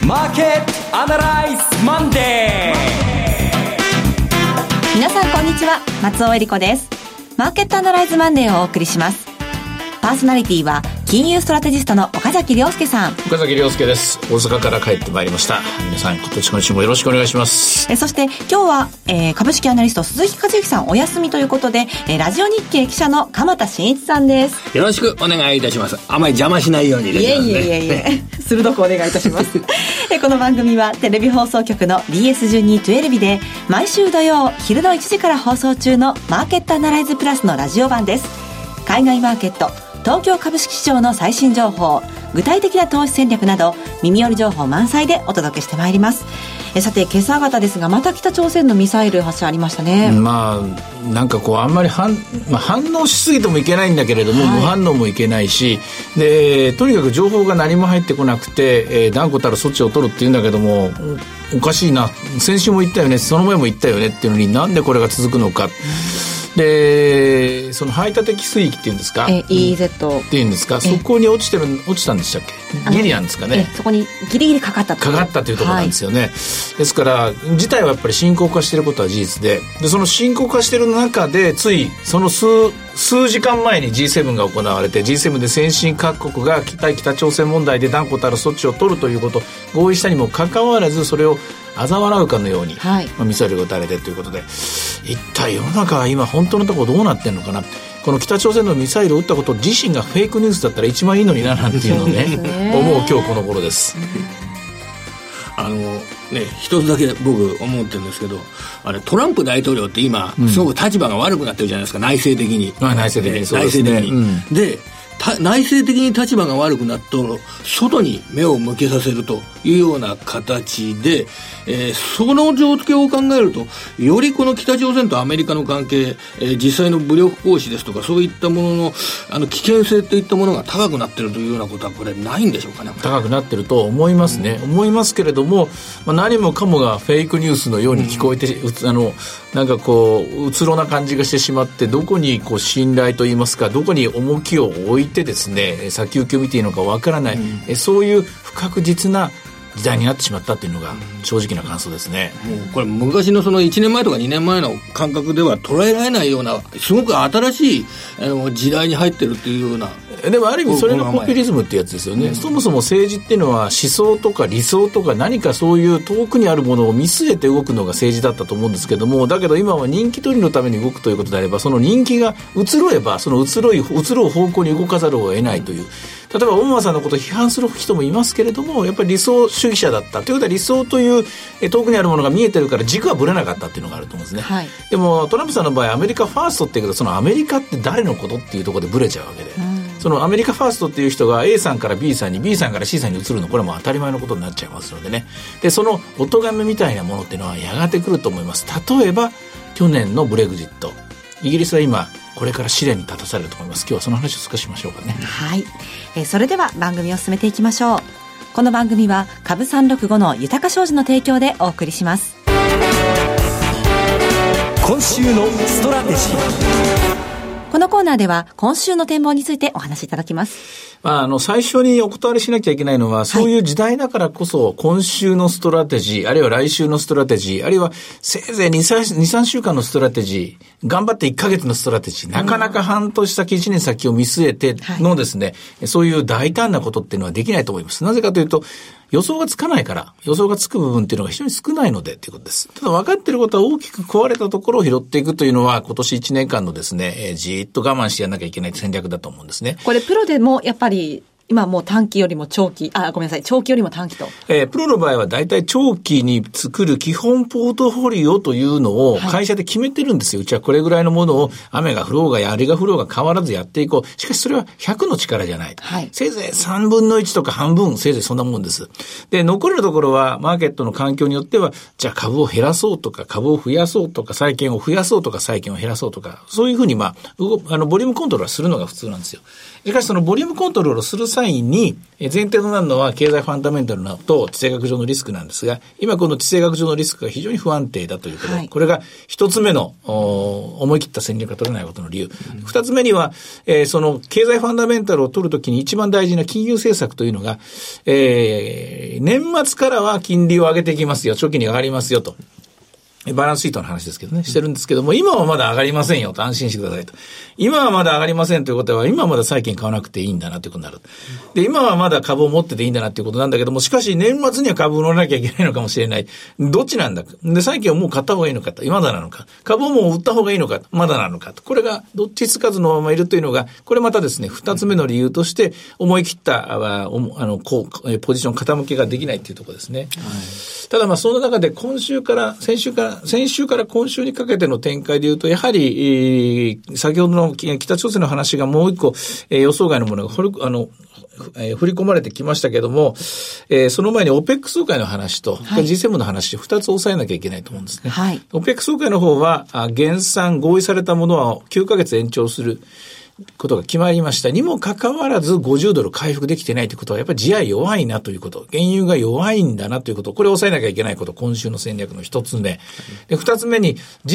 マーケットアナライズマンデー。皆さんこんにちは、松尾恵理子です。マーケットアナライズマンデーをお送りします。パーソナリティは金融ストラテジストの岡崎亮介さん。 岡崎亮介です。大阪から帰ってまいりました。皆さん今年今週もよろしくお願いします。 そして今日は、株式アナリスト鈴木和之さんお休みということで、ラジオ日経記者の鎌田新一さんです。 よろしくお願いいたします。あまり邪魔しないようにですね。 いえ鋭くお願いいたしますこの番組はテレビ放送局の BS1212 で毎週土曜昼の1時から放送中のマーケットアナライズプラスのラジオ版です。海外マーケット、東京株式市場の最新情報、具体的な投資戦略など耳寄り情報満載でお届けしてまいります。さて今朝方ですが、また北朝鮮のミサイル発射ありましたね。 なんかこうあんまり反応しすぎてもいけないんだけれども、無反応もいけないし、でとにかく情報が何も入ってこなくて、断固たる措置を取るっていうんだけども、おかしいな、先週も言ったよね、その前も言ったよねっていうのに、なんでこれが続くのか、でその排他的水域っていうんですか、 EEZ っていうんですか、そこに落ちたんでしたっけ、ギリなんですかね。 そこにギリギリかかったというところなんですよね。ですから事態はやっぱり深刻化していることは事実で、その深刻化している中でついその数時間前に G7 が行われて、 G7 で先進各国が対北朝鮮問題で断固たる措置を取るということを合意したにもかかわらず、それを嘲笑うかのように、ミサイルが撃たれてということで、一体世の中は今本当のところどうなってるのかな。この北朝鮮のミサイルを撃ったこと自身がフェイクニュースだったら一番いいのにな、なんていうのをね思う今日この頃です。 一つだけ僕思ってるんですけど、トランプ大統領って今、すごく立場が悪くなってるじゃないですか、内政的に。 内政的にそうですね。 で内政的に立場が悪くなったら外に目を向けさせるというような形で、その状況を考えると、よりこの北朝鮮とアメリカの関係、実際の武力行使ですとか、そういったものの危険性といったものが高くなっているというようなことはこれないんでしょうかね。 高くなっていると思いますね、思いますけれども、何もかもがフェイクニュースのように聞こえて、なんかこううつろな感じがしてしまって、どこにこう信頼といいますか、どこに重きを置いてですね先行きを見ていいのかわからない、そういう不確実な時代になってしまったというのが正直な感想ですね。 もうこれ昔のその1年前とか2年前の感覚では捉えられないような、すごく新しい時代に入ってるっていうような。 でもある意味それがポピュリズムってやつですよね。そもそも政治っていうのは思想とか理想とか何かそういう遠くにあるものを見据えて動くのが政治だったと思うんですけども、だけど今は人気取りのために動くということであれば、その人気が移ろえばその移ろう方向に動かざるを得ないという。例えば大間さんのことを批判する人もいますけれども、やっぱり理想主義者だったということは、理想という遠くにあるものが見えてるから軸はぶれなかったっていうのがあると思うんですね、でもトランプさんの場合アメリカファーストっていうけど、そのアメリカって誰のことっていうところでぶれちゃうわけで、そのアメリカファーストっていう人が A さんから B さんに B さんから C さんに移るの、これはもう当たり前のことになっちゃいますのでね。でそのお咎めみたいなものっていうのはやがて来ると思います。例えば去年のブレグジット、イギリスは今これから試練に立たされると思います。今日はその話を少ししましょうかね。 それでは番組を進めていきましょう。この番組は株365の豊か商事の提供でお送りします。 今週のストラテジー。 このコーナーでは今週の展望についてお話しいただきます。 最初にお断りしなきゃいけないのは、そういう時代だからこそ今週のストラテジー、あるいは来週のストラテジー、あるいはせいぜい 2,3 週間のストラテジー、頑張って1ヶ月のストラテジー、なかなか半年先1年先を見据えてのですね、そういう大胆なことっていうのはできないと思います。なぜかというと、予想がつかないから、予想がつく部分っていうのが非常に少ないのでということです。ただ分かっていることは大きく壊れたところを拾っていくというのは、今年1年間のですね、じーっと我慢してやらなきゃいけない戦略だと思うんですね。 これプロでもやっぱり今もう短期よりも長期よりも短期と。 プロの場合はだいたい長期に作る基本ポートフォリオというのを会社で決めてるんですよ。うちはこれぐらいのものを雨が降ろうが槍が降ろうが変わらずやっていこう。しかしそれは100の力じゃない。せいぜい3分の1とか半分、せいぜいそんなもんです。で、残るところはマーケットの環境によっては、じゃあ株を減らそうとか株を増やそうとか債券を増やそうとか債券を減らそうとか、そういうふうにボリュームコントロールはするのが普通なんですよ。しかしそのボリュームコントロールをする際際に、前提となるのは経済ファンダメンタルなと地政学上のリスクなんですが、今この地政学上のリスクが非常に不安定だということ、これが一つ目の思い切った戦略が取れないことの理由。二つ目には、その経済ファンダメンタルを取るときに一番大事な金融政策というのが、年末からは金利を上げていきますよ、長期に上がりますよと。バランスシートの話ですけどね、してるんですけども、今はまだ上がりませんよと安心してくださいと。今はまだ上がりませんということは、今はまだ債券買わなくていいんだなということになる。で、今はまだ株を持ってていいんだなということなんだけども、しかし年末には株を乗らなきゃいけないのかもしれない。どっちなんだか。で、債券をもう買った方がいいのかと。まだなのか。株をもう売った方がいいのか。まだなのかと。これがどっちつかずのままいるというのが、これまたですね、二つ目の理由として、思い切った、ポジション傾きができないというところですね。ただその中で先週から今週にかけての展開でいうと、やはり、先ほどの北朝鮮の話がもう一個、予想外のものが振り込まれてきましたけども、その前に OPEC 総会の話と、G7 の話で2つ抑えなきゃいけないと思うんですね。OPEC 総会の方は、減産合意されたものは9ヶ月延長することが決まりましたにもかかわらず50ドル回復できてないということはやっぱり地合い弱いなということ、原油が弱いんだなということ、これを抑えなきゃいけないこと、今週の戦略の一つ目。で、二つ目に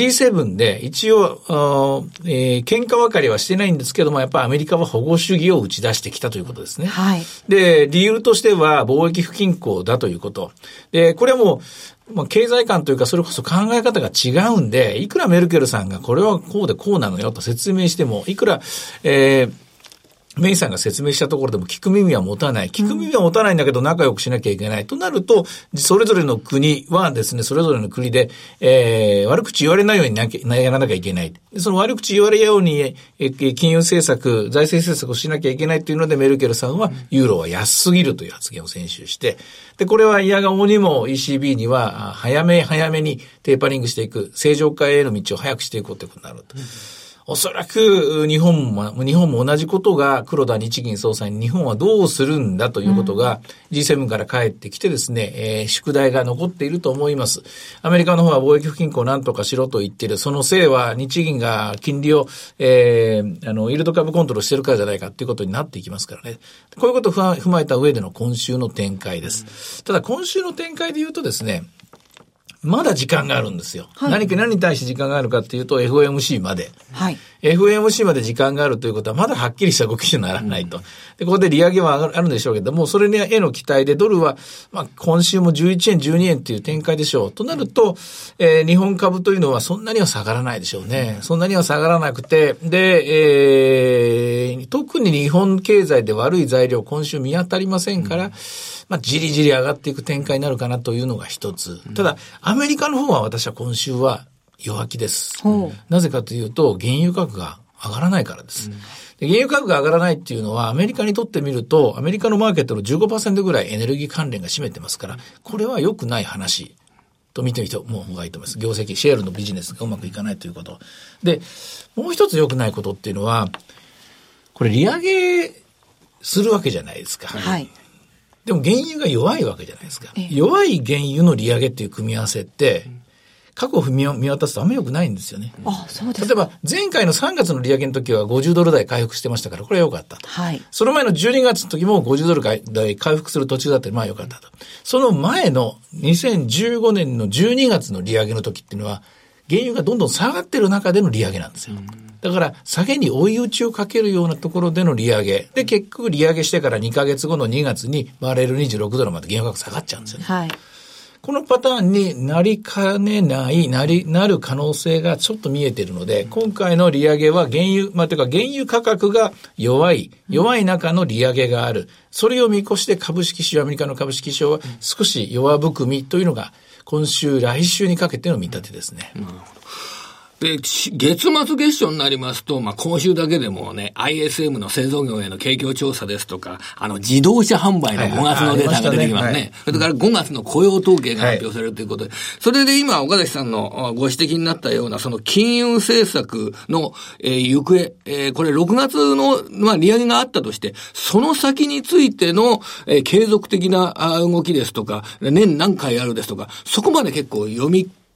G7 で一応、喧嘩別れはしてないんですけども、やっぱりアメリカは保護主義を打ち出してきたということですね。で、理由としては貿易不均衡だということ。で、これはもう、経済観というかそれこそ考え方が違うんで、いくらメルケルさんがこれはこうでこうなのよと説明しても、いくら、メイさんが説明したところでも聞く耳は持たない。聞く耳は持たないんだけど仲良くしなきゃいけない。となると、それぞれの国はですね、それぞれの国で、悪口言われないようにやらなきゃいけない。その悪口言われるように、金融政策、財政政策をしなきゃいけないというので、メルケルさんはユーロは安すぎるという発言を先週して、で、これは嫌顔にも ECB には早めにテーパリングしていく、正常化への道を早くしていこうということになると。おそらく日本も同じことが黒田日銀総裁に日本はどうするんだということが G7 から帰ってきてですね、宿題が残っていると思います。アメリカの方は貿易不均衡を何とかしろと言っている。そのせいは日銀が金利を、イールド株コントロールしてるからじゃないかということになっていきますからね。こういうことを踏まえた上での今週の展開です。ただ今週の展開で言うとですね、まだ時間があるんですよ。何に対して時間があるかっていうと FOMC まで。FOMC まで時間があるということはまだはっきりした動きにならないと。で、ここで利上げはあるんでしょうけども、それへの期待でドルは、今週も11円、12円っていう展開でしょう。となると、日本株というのはそんなには下がらないでしょうね。そんなには下がらなくて、で、特に日本経済で悪い材料今週見当たりませんから、じりじり上がっていく展開になるかなというのが一つ。ただ、アメリカの方は私は今週は弱気です。なぜかというと、原油価格が上がらないからです。で、原油価格が上がらないっていうのは、アメリカにとってみると、アメリカのマーケットの 15% ぐらいエネルギー関連が占めてますから、これは良くない話と見てる人も方がいいと思います。業績、シェールのビジネスがうまくいかないということ。で、もう一つ良くないことっていうのは、これ利上げするわけじゃないですか。でも原油が弱いわけじゃないですか。弱い原油の利上げっていう組み合わせって、過去を見渡すとあんまり良くないんですよね。 そうです。 例えば前回の3月の利上げの時は50ドル台回復してましたから、これは良かったと。その前の12月の時も50ドル台回復する途中だったら良かったと。その前の2015年の12月の利上げの時っていうのは、原油がどんどん下がってる中での利上げなんですよ。だから下げに追い打ちをかけるようなところでの利上げで、結局利上げしてから2ヶ月後の2月にバレル26ドルまで原油価格下がっちゃうんですよね。このパターンになりかねない、なる可能性がちょっと見えているので、今回の利上げは原油、というか原油価格が弱い中の利上げがある。それを見越して株式市場、アメリカの株式市場は少し弱含みというのが今週、来週にかけての見立てですね。 で、月末月初になりますと、今週だけでもね、ISM の製造業への景況調査ですとか、自動車販売の5月のデータが出てきますね。それから5月の雇用統計が発表されるということで、それで今、岡崎さんのご指摘になったような、その金融政策の、行方、これ6月の、利上げがあったとして、その先についての、継続的な動きですとか、年何回あるですとか、そこまで結構読み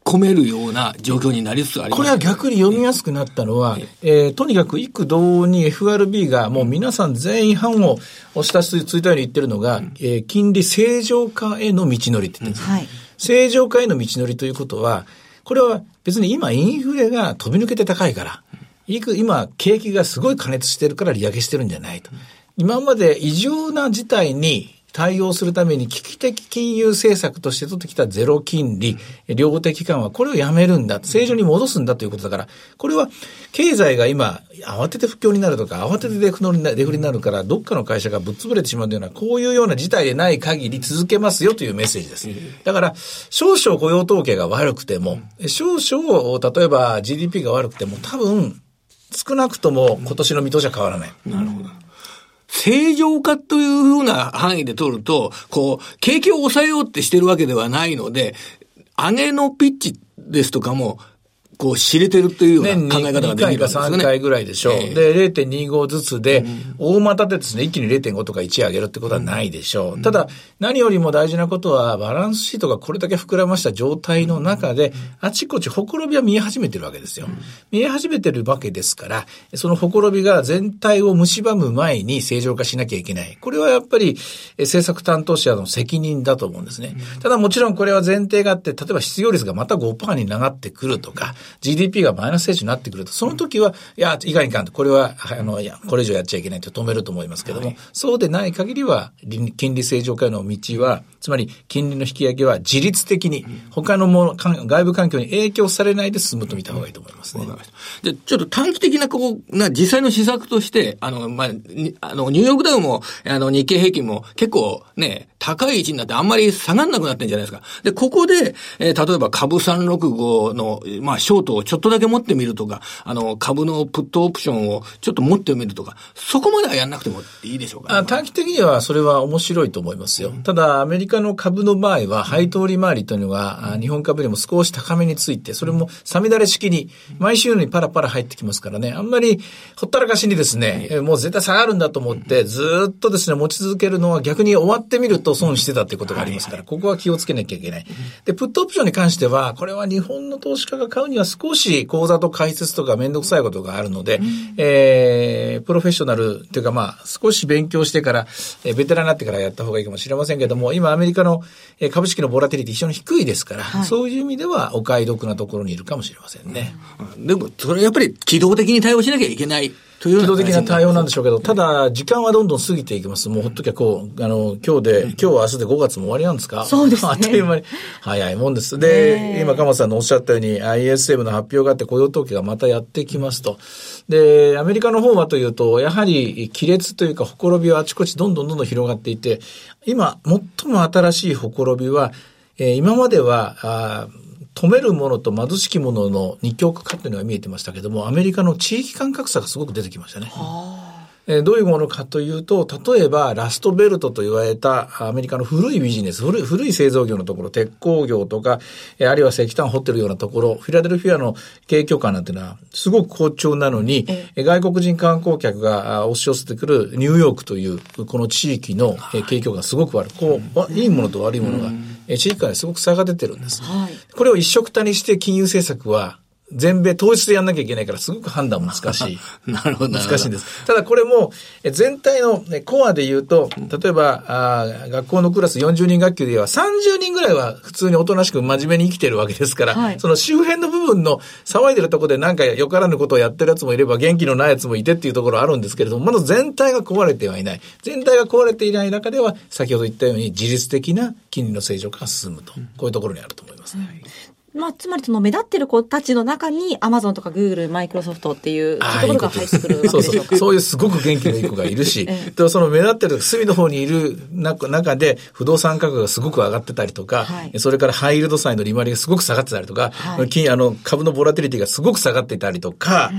込めるような状況になりつつあります。 これは逆に読みやすくなったのは、とにかく幾度に FRB がもう皆さん全員判を押し出しついたように言ってるのが、金利正常化への道のりって言ってるんです、はい、正常化への道のりということは、これは別に今インフレが飛び抜けて高いから、今景気がすごい過熱してるから利上げしてるんじゃないと。今まで異常な事態に対応するために危機的金融政策として取ってきたゼロ金利、量的緩和、これをやめるんだ、正常に戻すんだということだから、これは経済が今慌てて不況になるとか慌ててデフレになるからどっかの会社がぶっ潰れてしまうような、こういうような事態でない限り続けますよというメッセージです。だから少々雇用統計が悪くても、少々例えば GDP が悪くても、多分少なくとも今年の見通しは変わらない。 なるほど。正常化というふうな範囲で取ると、景気を抑えようってしてるわけではないので、上げのピッチですとかも、知れてるというような考え方ができるんですかね。 2回か3回ぐらいでしょう。で、0.25 ずつで、大股でですね、一気に 0.5 とか1上げるってことはないでしょう。ただ、何よりも大事なことは、バランスシートがこれだけ膨らました状態の中で、あちこちほころびは見え始めてるわけですよ。見え始めてるわけですから、そのほころびが全体を蝕む前に正常化しなきゃいけない。これはやっぱり、政策担当者の責任だと思うんですね。ただもちろんこれは前提があって、例えば失業率がまた 5% に上がってくるとか、GDP がマイナス成長になってくると、その時は、いかんいかんと、これは、これ以上やっちゃいけないと止めると思いますけども、そうでない限りは、金利正常化への道は、つまり、金利の引き上げは自律的に、他の外部環境に影響されないで進むと見た方がいいと思いますね。 で、ちょっと短期的な、実際の施策として、ニューヨークダウも、日経平均も結構ね、高い位置になってあんまり下がんなくなってんじゃないですか。で、ここで、例えば株365の、ショートをちょっとだけ持ってみるとか、株のプットオプションをちょっと持ってみるとか、そこまではやんなくてもいいでしょうかね。 短期的にはそれは面白いと思いますよ。ただ、アメリカの株の場合は、配当利回りというのが、日本株よりも少し高めについて、それもさみだれ式に、毎週にパラパラ入ってきますからね、あんまりほったらかしにですね、もう絶対下がるんだと思って、ずっとですね、持ち続けるのは逆に終わってみると損してたっていうことがありますから、ここは気をつけなきゃいけない。で、プットオプションに関しては、これは日本の投資家が買うには少し口座と解説とかめんどくさいことがあるので、プロフェッショナルっていうか少し勉強してから、ベテランになってからやった方がいいかもしれませんけども、今アメリカの株式のボラティリティ非常に低いですから、そういう意味ではお買い得なところにいるかもしれませんね。 でも、それやっぱり機動的に対応しなきゃいけない。 機動的な対応なんでしょうけど、ただ、時間はどんどん過ぎていきます。もうほっときゃ今日明日で5月も終わりなんですか？ そうですね。 あっという間に。早いもんです。で、今、鎌田さんのおっしゃったように、ISM の発表があって雇用統計がまたやってきますと。で、アメリカの方はというと、やはり亀裂というか、ほころびはあちこちどんどん広がっていて、今、最も新しいほころびは、今までは、止めるものと貧しきものの二極化というのが見えてましたけども、アメリカの地域間格差がすごく出てきましたね。どういうものかというと、例えばラストベルトと言われたアメリカの古いビジネス、古い製造業のところ、鉄鋼業とか、あるいは石炭掘ってるようなところ、フィラデルフィアの景況感なんていうのはすごく好調なのに、外国人観光客が押し寄せてくるニューヨークというこの地域の景況感がすごく悪い。いいものと悪いものが地域間ですごく差が出てるんです。これを一緒くたにして金融政策は全米統一でやんなきゃいけないからすごく判断難しい。 なるほど。 難しいんです。ただこれも全体のコアで言うと、例えば学校のクラス40人学級では30人ぐらいは普通におとなしく真面目に生きてるわけですから、その周辺の部分の騒いでるところでなんかよからぬことをやってるやつもいれば元気のないやつもいてっていうところあるんですけれども、まだ全体が壊れてはいない。全体が壊れていない中では先ほど言ったように自律的な金利の正常化が進むと、こういうところにあると思いますね。 つまりその目立ってる子たちの中にアマゾンとかグーグル、マイクロソフトっていうところが入ってくるわけでしょうか。 そういうすごく元気のいい子がいるし、でその目立ってる隅の方にいる中で不動産価格がすごく上がってたりとか、それからハイイールド債の利回りがすごく下がってたりとか、株のボラティリティがすごく下がっていたりとか、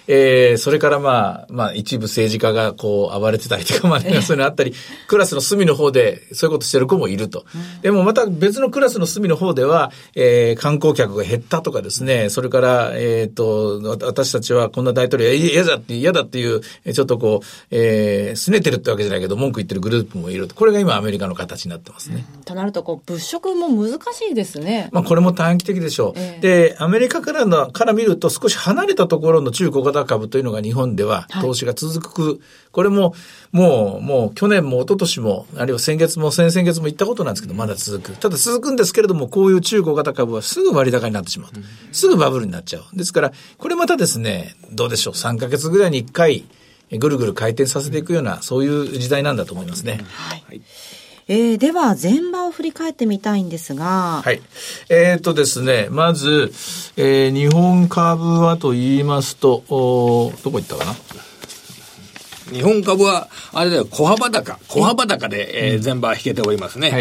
それからまあ一部政治家がこう暴れてたりとか、まあそういうのあったり、クラスの隅の方でそういうことしてる子もいると。でもまた別のクラスの隅の方では、観光客が減ったとかですね、それから、私たちはこんな大統領嫌だっていう、ちょっとこう、拗ねてるってわけじゃないけど、文句言ってるグループもいると。これが今アメリカの形になってますね。 となると、こう、物色も難しいですね。 まあこれも短期的でしょう。で、アメリカから見ると少し離れたところの中小型株というのが日本では投資が続く。これも、もう去年も一昨年も、あるいは先月も先々月も言ったことなんですけど、まだ続く。ただ続くんですけれども、こういう中小型株はすぐ割高になってしまう。すぐバブルになっちゃう。ですから、これまたですね、どうでしょう。3ヶ月ぐらいに1回、ぐるぐる回転させていくような、そういう時代なんだと思いますね。 では、前場を振り返ってみたいんですが。 はい。ですね、まず、日本株はと言いますと、どこ行ったかな？ 日本株は、あれだよ、小幅高で、前場引けておりますね。 はい。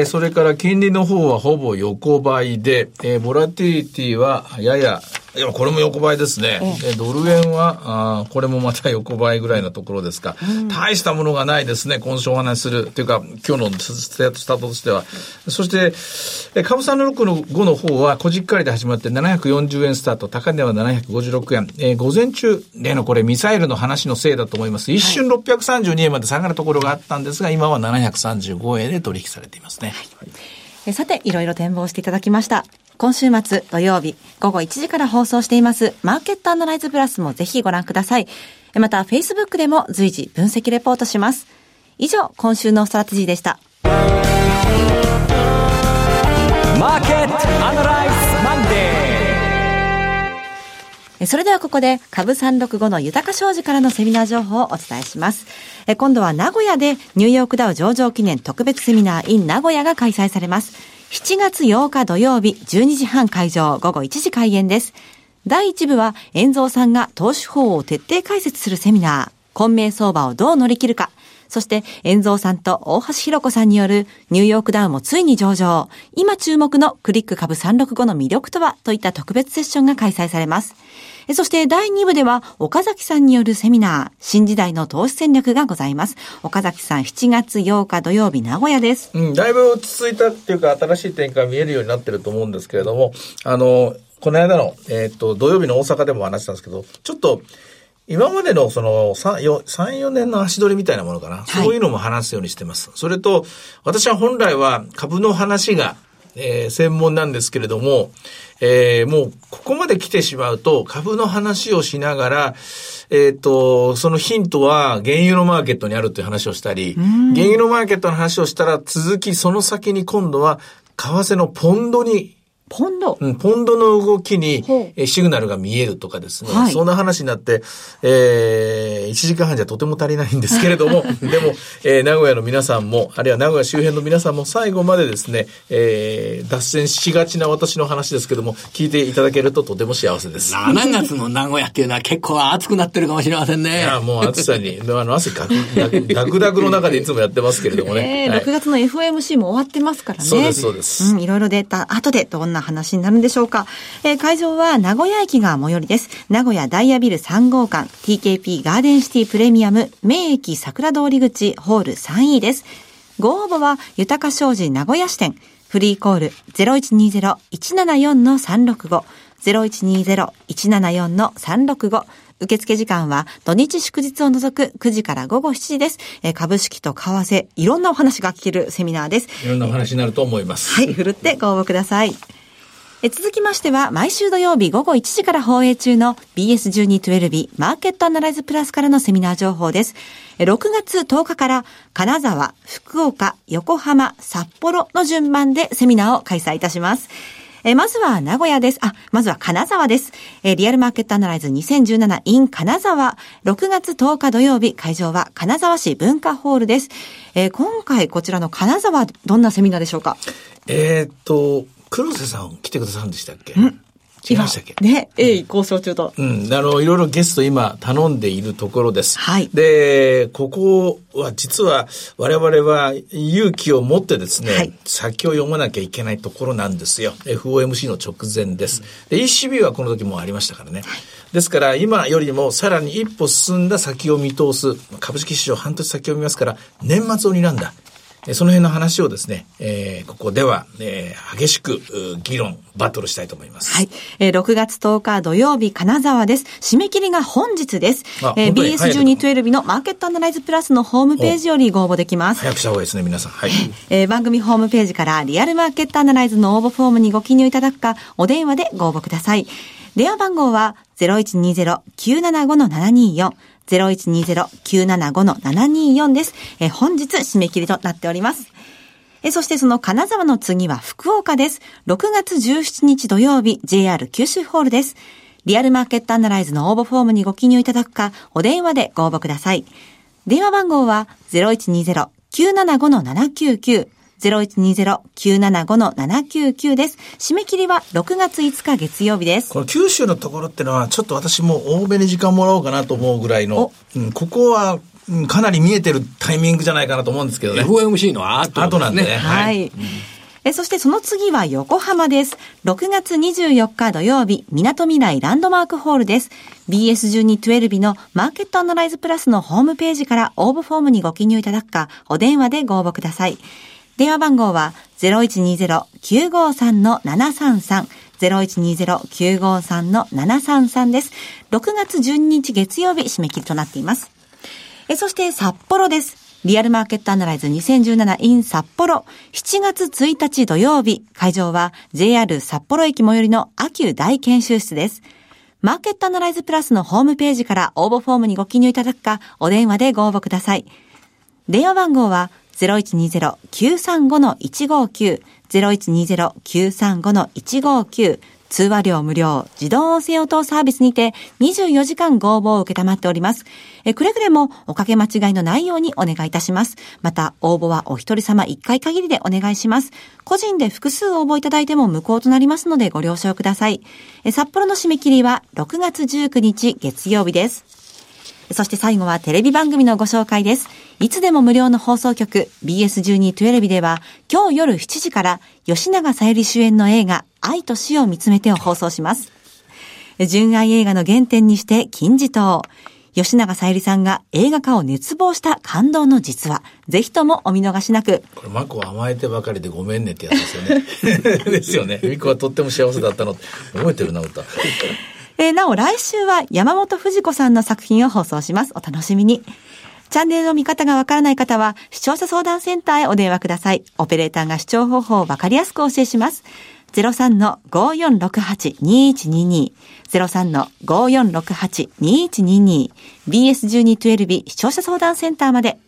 それから金利の方はほぼ横ばいで、ボラティリティはやや、いや、これも横ばいですね。ドル円は、これもまた横ばいぐらいのところですか。大したものがないですね。今週お話しする。というか、今日のスタートとしては。そして、株365の方は、小じっかりで始まって740円スタート。高値は756円。午前中、例のこれミサイルの話のせいだと思います。一瞬632円まで下がるところがあったんですが、今は735円で取引されていますね。 さて、いろいろ展望していただきました。今週末土曜日午後1時から放送していますマーケットアナライズプラスもぜひご覧ください。また Facebook でも随時分析レポートします。以上、今週のストラテジーでした。 マーケットアナライズマンデー。 それではここで株365の豊か商事からのセミナー情報をお伝えします。今度は名古屋でニューヨークダウ上場記念特別セミナー in 名古屋が開催されます。7月8日土曜日12時半会場、午後1時開演です。第1部は遠蔵さんが投資法を徹底解説するセミナー、混迷相場をどう乗り切るか。そして遠蔵さんと大橋弘子さんによるニューヨークダウもついに上場、今注目のクリック株365の魅力とはといった特別セッションが開催されます。そして第2部では岡崎さんによるセミナー、新時代の投資戦略がございます。岡崎さん7月8日土曜日名古屋です。 だいぶ落ち着いたっていうか新しい展開が見えるようになってると思うんですけれども、この間の、土曜日の大阪でも話したんですけど、ちょっと今までのその3、4年の足取りみたいなものかな、そういうのも話すようにしてます。それと、私は本来は株の話が、専門なんですけれども、もうここまで来てしまうと株の話をしながら、そのヒントは原油のマーケットにあるという話をしたり、原油のマーケットの話をしたら続きその先に今度は為替のポンドの動きにシグナルが見えるとかですね、そんな話になって、1時間半じゃとても足りないんですけれども、でも、名古屋の皆さんも、あるいは名古屋周辺の皆さんも最後までですね、脱線しがちな私の話ですけども、聞いていただけるととても幸せです。 7月の名古屋っていうのは結構暑くなってるかもしれませんね。 いや、もう暑さに、汗ダクダクの中でいつもやってますけれどもね。 6月の FOMC も終わってますからね。 そうです。 いろいろ出た後でどんな話になるんでしょうか。会場は名古屋駅が最寄りです。名古屋ダイヤビル3号館 TKP ガーデンシティプレミアム名駅桜通り口ホール 3E です。ご応募は豊か商事名古屋支店、フリーコール 0120-174-365 0120-174-365。受付時間は土日祝日を除く9時から午後7時です。株式と為替、いろんなお話が聞けるセミナーです。 いろんなお話になると思います。 はい、ふるってご応募ください。続きましては毎週土曜日午後1時から放映中の BS1212 マーケットアナライズプラスからのセミナー情報です。6月10日から金沢、福岡、横浜、札幌の順番でセミナーを開催いたします。まずは名古屋です。まずは金沢です。リアルマーケットアナライズ2017 in 金沢。6月10日土曜日、会場は金沢市文化ホールです。今回こちらの金沢、どんなセミナーでしょうか？ 黒瀬さん来てくださるんでしたっけ？違いましたっけ？ ね、交渉中と。 いろいろゲスト今頼んでいるところです。 はい。 で、ここは実は我々は勇気を持ってですね、先を読まなきゃいけないところなんですよ。FOMC の直前です。で、ECB はこの時もありましたからね。 ですから今よりもさらに一歩進んだ先を見通す、株式市場半年先を見ますから年末を睨んだその辺の話をですね、ここでは、激しく議論バトルしたいと思います。 はい、6月10日土曜日金沢です。締め切りが本日です。BS1212 のマーケットアナライズプラスのホームページよりご応募できます。 早くした方がいいですね皆さん。はい。 番組ホームページからリアルマーケットアナライズの応募フォームにご記入いただくか、お電話でご応募ください。電話番号は 0120-975-7240120-975-724 です。本日締め切りとなっております。そしてその金沢の次は福岡です。6月17日土曜日 JR 九州ホールです。リアルマーケットアナライズの応募フォームにご記入いただくか、お電話でご応募ください。電話番号は 0120-975-7990120-975-799 です。締め切りは6月5日月曜日です。 この九州のところってのはちょっと私も多めに時間もらおうかなと思うぐらいの、ここはかなり見えてるタイミングじゃないかなと思うんですけどね。 FOMC の後なんでね。 はい、そしてその次は横浜です。6月24日土曜日、みなとみらいランドマークホールです。BS1212 のマーケットアナライズプラスのホームページから応募フォームにご記入いただくか、お電話でご応募ください。電話番号は 0120-953-733 0120-953-733 です。6月12日月曜日締め切りとなっています。そして札幌です。リアルマーケットアナライズ2017 in 札幌。7月1日土曜日、会場は JR 札幌駅最寄りのアキュ大研修室です。マーケットアナライズプラスのホームページから応募フォームにご記入いただくか、お電話でご応募ください。電話番号は0120-935-159 0120-935-159 通話料無料自動音声応答サービスにて24時間ご応募を受けたまっております。くれぐれもおかけ間違いのないようにお願いいたします。また応募はお一人様1回限りでお願いします。個人で複数応募いただいても無効となりますのでご了承ください。札幌の締め切りは6月19日月曜日です。そして最後はテレビ番組のご紹介です。いつでも無料の放送局 BS1212 では今日夜7時から吉永小百合主演の映画愛と死を見つめてを放送します。純愛映画の原点にして金字塔。吉永小百合さんが映画化を熱望した感動の実話。ぜひともお見逃しなく。 これマコは甘えてばかりでごめんねってやつですよね。ですよね。ミコはとっても幸せだったの覚えてるな歌。 なお来週は山本富士子さんの作品を放送します。お楽しみに。チャンネルの見方がわからない方は視聴者相談センターへお電話ください。オペレーターが視聴方法をわかりやすくお教えします。03-5468-2122 03-5468-2122 BS1212 視聴者相談センターまで。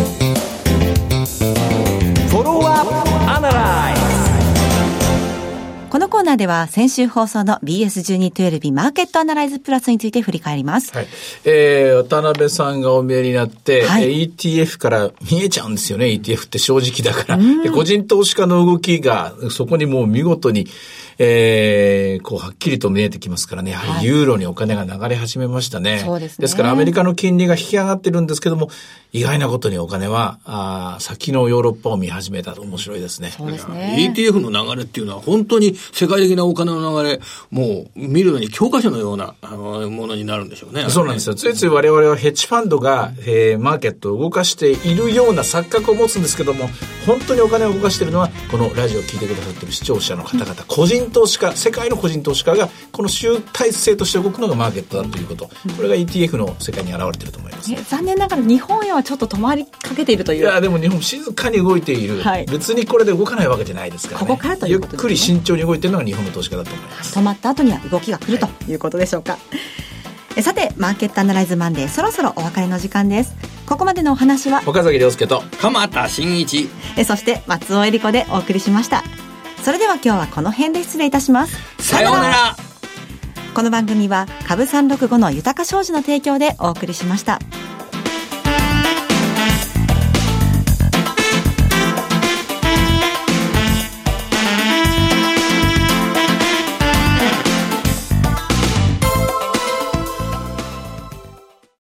フォローアップアナライズ。 このコーナーでは先週放送の BS1212 マーケットアナライズプラスについて振り返ります。 はい。渡辺さんがお見えになって、はい、ETF から見えちゃうんですよね。ETF って正直だから。で個人投資家の動きがそこにもう見事に、こうはっきりと見えてきますからね。やはりユーロにお金が流れ始めましたね。 そうですね。 ですからアメリカの金利が引き上がってるんですけども、意外なことにお金は先のヨーロッパを見始めたと面白いですね。 そうですね。 ETF の流れっていうのは本当に世界的なお金の流れ、もう見るのに教科書のようなものになるんでしょうね。 そうなんですよ。ついつい我々はヘッジファンドが、マーケットを動かしているような錯覚を持つんですけども、本当にお金を動かしているのはこのラジオを聞いてくださっている視聴者の方々、個人投資家、世界の個人投資家がこの集大成として動くのがマーケットだということ、これが ETF の世界に現れていると思います。 残念ながら日本円はちょっと止まりかけているという。 いやでも日本静かに動いている、はい、別にこれで動かないわけじゃないですからね。 ここからということですね。 ゆっくり慎重に動いているのが日本の投資家だと思います。 止まった後には動きが来るということでしょうか。さてマーケットアナライズマンデー、そろそろお別れの時間です。ここまでのお話は岡崎亮介と鎌田新一、 そして松尾恵理子でお送りしました。それでは今日はこの辺で失礼いたします。 さようなら。 この番組は株365の豊か商事の提供でお送りしました。